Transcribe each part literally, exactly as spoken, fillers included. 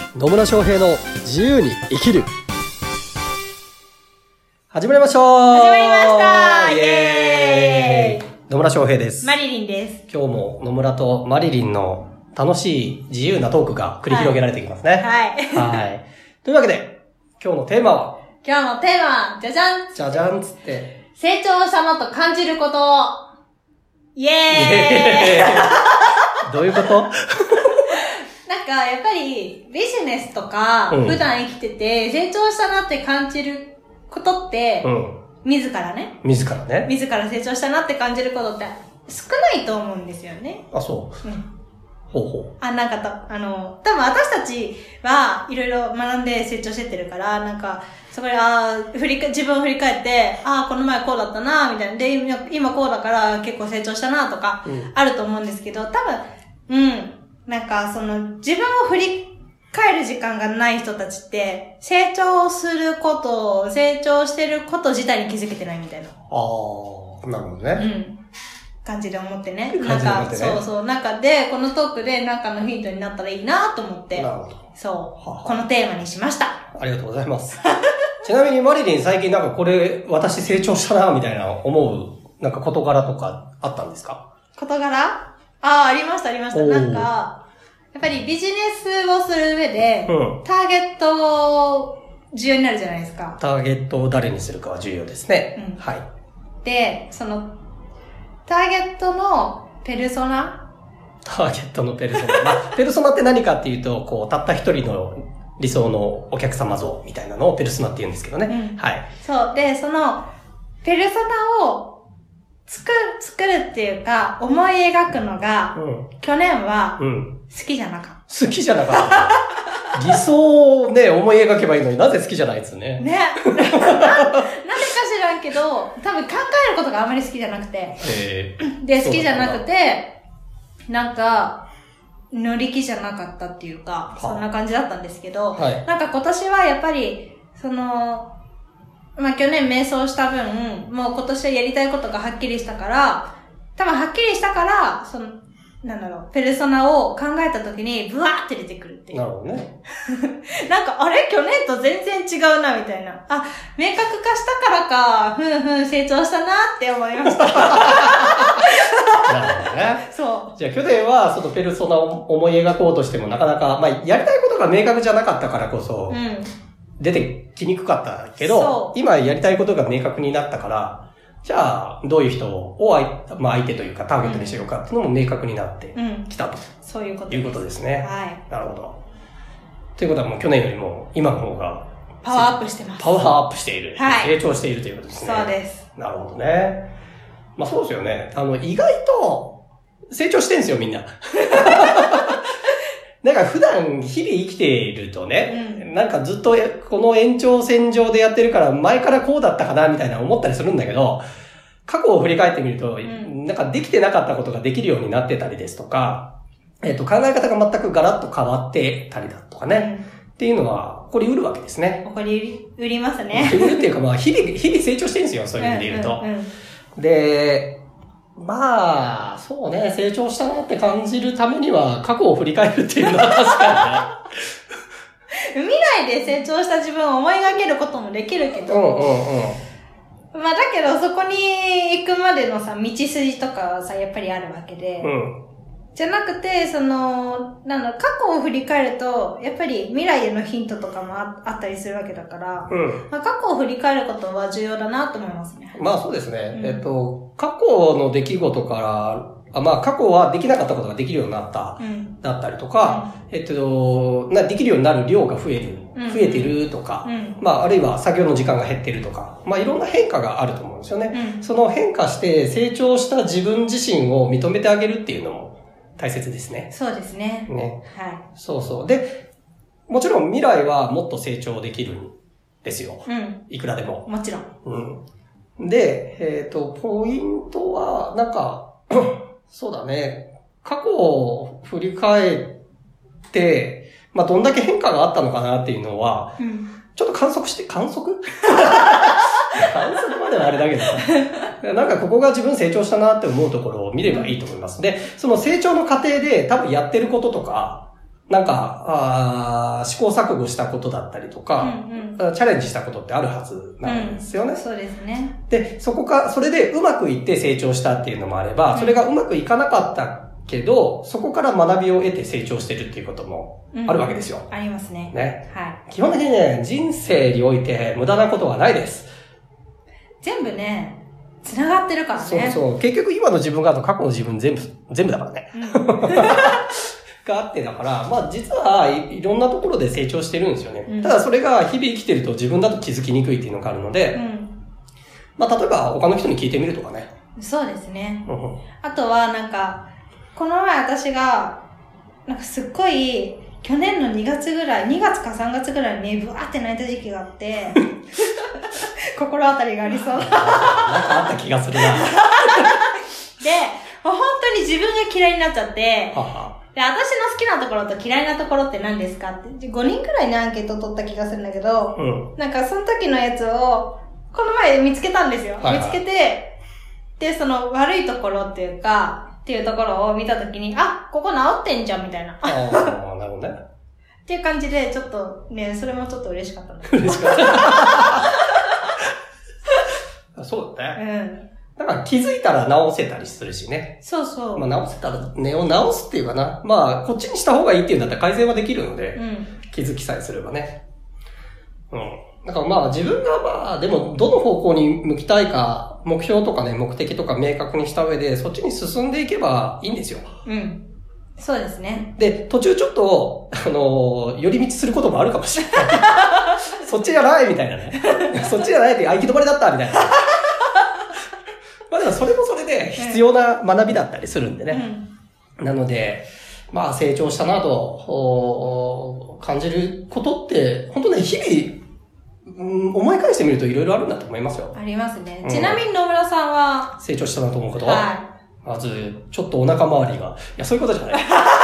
野村翔平の自由に生きる。始まりましょう。 始まりましたイエーイ。 野村翔平です。 マリリンです。 今日も野村とマリリンの楽しい自由なトークが繰り広げられていきますね。 はい。 はい。というわけで、今日のテーマは今日のテーマは、じゃじゃんじゃじゃんつって。 成長したなと感じること。イエーイどういうことなんか、やっぱり、ビジネスとか、普段生きてて、成長したなって感じることって、うん、自らね。 自らね。 自ら成長したなって感じることって少ないと思うんですよね。 あ、そう。うん。ほうほう。 あ、なんかた、あの、多分私たちはいろいろ学んで成長してってるから、なんか、そこで、ああ、振り、自分を振り返って、ああ、この前こうだったな、みたいな。で、今こうだから結構成長したな、とか、あると思うんですけど、多分、うん。なんか、その、自分を振り返る時間がない人たちって、成長すること、成長してること自体に気づけてないみたいな。ああ、なるほどね。 うん。感じで思ってね。なんか、ね、そうそう。なんかで、このトークでなんかのヒントになったらいいなと思って。 なるほど。 そう。ははこのテーマにしました。 ありがとうございます。ちなみにマリリン最近なんかこれ、私成長したなみたいな思う、なんか事柄とかあったんですか？ 事柄？ああ、ありました、ありました。なんか、やっぱりビジネスをする上で、うん、ターゲット重要になるじゃないですか。 ターゲットを誰にするかは重要ですね。 うん、 はい。 で、その、ターゲットのペルソナターゲットのペルソナ。まあ、ペルソナって何かっていうと、こう、たった一人の理想のお客様像みたいなのをペルソナって言うんですけどね。うん、はい。 そう。で、その、ペルソナを作る、作るっていうか、思い描くのが、うん、去年は、好きじゃなかった、 うん。好きじゃなかった。理想をね、思い描けばいいのになぜ好きじゃないですね。 ね。な、なんでか知らんけど、多分考えることがあまり好きじゃなくて。 えー、 で、好きじゃなくて、なんか、乗り気じゃなかったっていうか、そんな感じだったんですけど、はい、なんか今年はやっぱり、その、まあ、去年瞑想した分、もう今年はやりたいことがはっきりしたから、多分はっきりしたから、その、なんだろう、ペルソナを考えた時に、ブワーって出てくるっていう。 なるほどね。 なんか、あれ去年と全然違うな、みたいな。あ、明確化したからか、ふんふん成長したなって思いました。 なるほどね。 そう。 じゃあ去年は、そのペルソナを思い描こうとしてもなかなか、まあ、やりたいことが明確じゃなかったからこそ、うん、出てきにくかったけど、今やりたいことが明確になったから、じゃあ、どういう人を、まあ、相手というかターゲットにしようかっていうのも明確になってきたと、うん、 そういうことです。いうことですね。 はい。 なるほど。ということはもう去年よりも今の方がパワーアップしてます。 パワーアップしている。はい。成長しているということですね。 そうです。 なるほどね。まあそうですよね。あの、意外と成長してんですよ、みんな。なんか普段日々生きているとね、うん、なんかずっとこの延長線上でやってるから前からこうだったかなみたいな思ったりするんだけど、過去を振り返ってみると、うん、なんかできてなかったことができるようになってたりですとか、えっと考え方が全くガラッと変わってたりだとかね、うん、っていうのは起こりうるわけですね。 起こりうりますね。 起こりうるっていうかまあ日々、日々成長してるんですよ、そういう意味で言うと。うんうんうん、で、まあ、そうね、成長したなって感じるためには、過去を振り返るっていうのは確かにね。未来で成長した自分を思い描けることもできるけど、 うんうんうん、 まあだけどそこに行くまでのさ、道筋とかはさ、やっぱりあるわけで、うん、じゃなくて、その、なんだ、過去を振り返ると、やっぱり未来へのヒントとかも あ, あったりするわけだから、うんまあ、過去を振り返ることは重要だなと思いますね。 まあそうですね。うん、えっと、過去の出来事から、あまあ過去はできなかったことができるようになった、うん、だったりとか、うん、えっと、な、できるようになる量が増える、うん、増えてるとか、うん、まああるいは作業の時間が減ってるとか、まあいろんな変化があると思うんですよね。うん、その変化して成長した自分自身を認めてあげるっていうのも大切ですね。 そうですね。 ね。 はい。 そうそう。で、もちろん未来はもっと成長できるんですよ。うん。いくらでも。 もちろん。 うん。で、えっと、ポイントは、なんか、そうだね。過去を振り返って、まあ、どんだけ変化があったのかなっていうのは、うん、ちょっと観測して、観測観測まではあれだけど、なんかここが自分成長したなって思うところを見ればいいと思います。で、その成長の過程で多分やってることとか、 なんか、あ試行錯誤したことだったりとか、うんうん、チャレンジしたことってあるはずなんですよね、 うん。そうですね。 で、そこか、それでうまくいって成長したっていうのもあれば、うん、それがうまくいかなかったけど、そこから学びを得て成長してるっていうこともあるわけですよ。 うん、ありますね。 ね。 はい。 基本的にね、人生において無駄なことはないです。 全部ね、繋がってるからね。 そうそう。結局今の自分があと過去の自分全部、全部だからね。うんがあってだから、まあ実はいろんなところで成長してるんですよね。うん、ただそれが日々生きてると自分だと気づきにくいっていうのがあるので、うん、まあ例えば他の人に聞いてみるとかね。 そうですね。うん、あとはなんか、この前私が、なんかすっごい、去年のにがつぐらい、にがつかさんがつぐらいにブワーって泣いた時期があって、心当たりがありそうな。なんかあった気がするな。で、 本当に自分が嫌いになっちゃって、 ははで、私の好きなところと嫌いなところって何ですかって、ごにんくらいにアンケートを取った気がするんだけど、うん、なんかその時のやつを、この前見つけたんですよ。はいはい、見つけて、で、その悪いところっていうか、っていうところを見た時に、あ、ここ治ってんじゃんみたいな。 ああ、なるほどね。 っていう感じで、ちょっとね、それもちょっと嬉しかったんだ嬉しかった。そうだね。うん。だから気づいたら直せたりするしね。 そうそう。 まあ直せたらねを直すっていうかな。まあこっちにした方がいいっていうんだったら改善はできるので、うん、気づきさえすればね。うん。だからまあ自分がまあでもどの方向に向きたいか、目標とかね、目的とか明確にした上でそっちに進んでいけばいいんですよ。 うん。そうですね。 で、途中ちょっと、あの、寄り道することもあるかもしれない。そっちじゃないみたいなね。そっちじゃないって行き止まりだったみたいな。まあでもそれもそれで必要な学びだったりするんでね。うん、なので、まあ成長したなと感じることって、本当ね、日々、うん、思い返してみるといろいろあるんだと思いますよ。 ありますね。うん、ちなみに野村さんは成長したなと思うことは、 はい、 まず、ちょっとお腹周りが、いや、そういうことじゃない。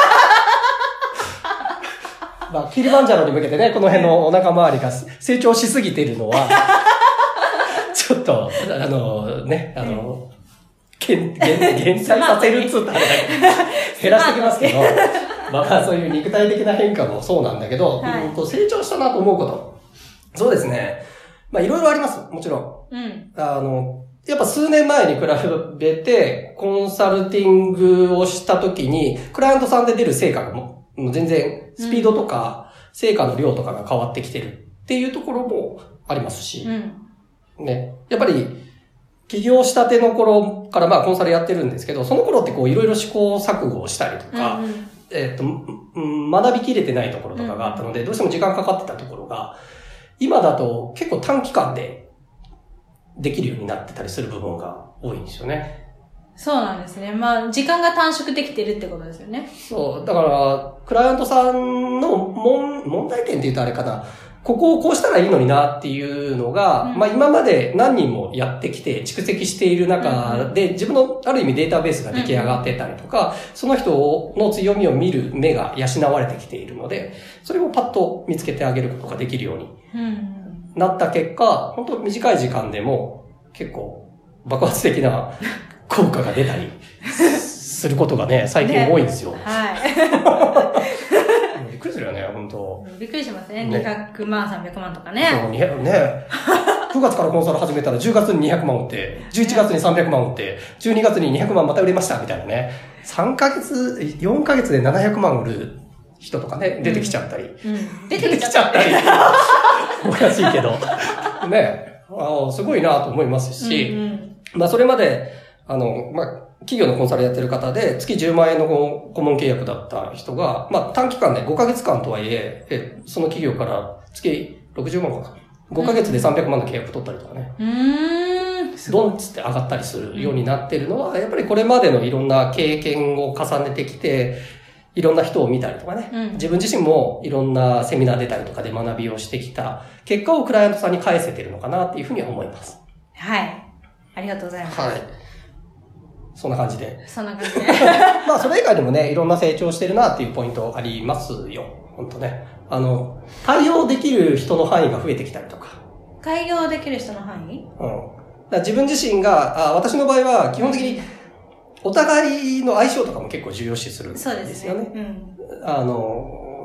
まあ、キリマンジャロに向けてね、この辺のお腹周りが成長しすぎているのは、ちょっと、あの、ね、あの、減、減、減災させるっつったら、減らしてきますけど、まあ、そういう肉体的な変化もそうなんだけど、はい、成長したなと思うこと。そうですね。まあ、いろいろあります。もちろん。うん。あの、やっぱ数年前に比べて、コンサルティングをしたときに、クライアントさんで出る成果がもう全然、スピードとか、成果の量とかが変わってきてるっていうところもありますし、うん、ね。やっぱり、起業したての頃からまあコンサルやってるんですけど、その頃ってこういろいろ試行錯誤をしたりとか、うんうん、えっと、学びきれてないところとかがあったので、うん、どうしても時間かかってたところが、今だと結構短期間でできるようになってたりする部分が多いんですよね。 そうなんですね。まあ、時間が短縮できてるってことですよね。 そう。だから、クライアントさんの問、問題点って言うとあれかな。ここをこうしたらいいのになっていうのが、うん、まあ今まで何人もやってきて蓄積している中で、うん、自分のある意味データベースが出来上がってたりとか、うん、その人の強みを見る目が養われてきているので、それをパッと見つけてあげることができるようになった結果、本当短い時間でも結構爆発的な効果が出たりすることがね、最近多いんですよ。ね、はい。びっくりするよね、本当。 びっくりしますね。ねにひゃくまん、さんびゃくまんとかね。 そう、ね。くがつからコンサル始めたらじゅうがつににひゃくまん売って、じゅういちがつにさんびゃくまん売って、じゅうにがつににひゃくまんまた売れましたみたいなね。さんかげつ、よんかげつでななひゃくまん売る人とかね、出てきちゃったり。うんうん、 出てきちゃったり。 おかしいけど。ね。ああ、すごいなと思いますし、うんうん、まあそれまで、あの、まあ、企業のコンサルやってる方で、月じゅうまんえんの顧問契約だった人が、まあ、短期間でごかげつかんとはいえ、え、その企業から月ろくじゅうまんかな。ごかげつでさんびゃくまんの契約取ったりとかね。うーん。ドンつって上がったりするようになってるのは、やっぱりこれまでのいろんな経験を重ねてきて、いろんな人を見たりとかね、うん、自分自身もいろんなセミナー出たりとかで学びをしてきた結果をクライアントさんに返せてるのかなっていうふうに思います。 はい。ありがとうございます。はい。 そんな感じで。 そんな感じで。 まあ、それ以外でもね、いろんな成長してるなっていうポイントありますよ。ほんとね。あの、対応できる人の範囲が増えてきたりとか。 対応できる人の範囲？ うん。だから自分自身が、あ、私の場合は基本的に、お互いの相性とかも結構重要視するんですよね。そうですね。うん。あの、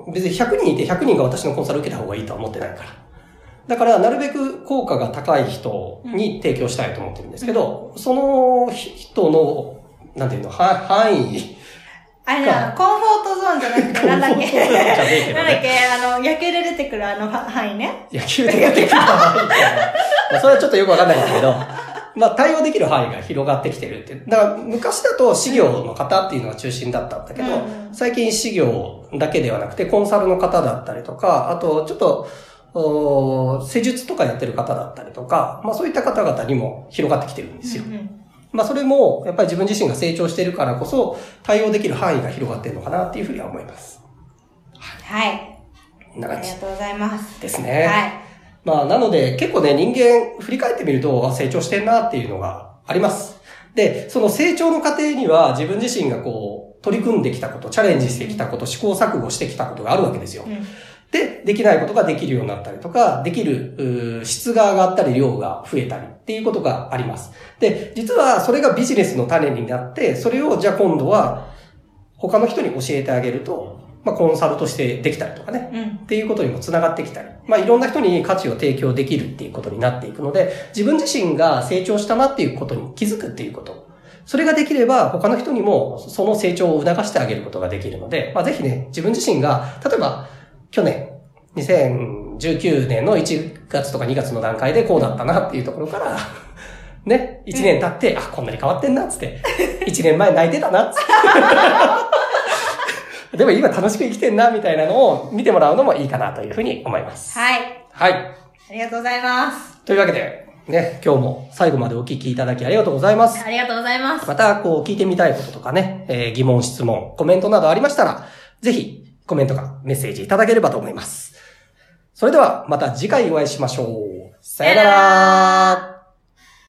別にひゃくにんいてひゃくにんが私のコンサル受けた方がいいとは思ってないから。だから、なるべく効果が高い人に提供したいと思ってるんですけど、うん、その人の、なんていうの、範囲。 あれだ、コンフォートゾーンじゃなくて、なんだっけ、ね、なんだっけ、あの、野球で出てくるあの範囲ね。 野球で出てくる範囲かな。それはちょっとよくわかんないんですけど、まあ、対応できる範囲が広がってきてるって。だから、昔だと、事業の方っていうのが中心だったんだけど、うん、最近事業だけではなくて、コンサルの方だったりとか、あと、ちょっと、施術とかやってる方だったりとか、まあ、そういった方々にも広がってきてるんですよ。うんうん、まあ、それも、やっぱり自分自身が成長しているからこそ、対応できる範囲が広がっているのかなっていうふうには思います。 はい。ありがとうございます。 ですね。 はい。 まあ、なので、結構ね、人間、振り返ってみると、成長してんなっていうのがあります。で、その成長の過程には、自分自身がこう、取り組んできたこと、チャレンジしてきたこと、試行錯誤してきたことがあるわけですよ。うん、で、できないことができるようになったりとか、できる、質が上がったり、量が増えたりっていうことがあります。で、実はそれがビジネスの種になって、それをじゃあ今度は、他の人に教えてあげると、まあ、コンサルとしてできたりとかね、うん、っていうことにもつながってきたり、まあ、いろんな人に価値を提供できるっていうことになっていくので、自分自身が成長したなっていうことに気づくっていうこと。それができれば、他の人にもその成長を促してあげることができるので、まあ、ぜひね、自分自身が、例えば、去年、にせんじゅうきゅうねんのいちがつとかにがつの段階でこうだったなっていうところから、ね、いちねん経って、うん、あ、こんなに変わってんな、つって。いちねんまえ泣いてたな、つって。でも今楽しく生きてんな、みたいなのを見てもらうのもいいかなというふうに思います。 はい。 はい。 ありがとうございます。 というわけで、ね、今日も最後までお聞きいただきありがとうございます。 ありがとうございます。 また、こう、聞いてみたいこととかね、えー、疑問、質問、コメントなどありましたら、ぜひ、コメントかメッセージいただければと思います。それでは、また次回お会いしましょう。さよなら。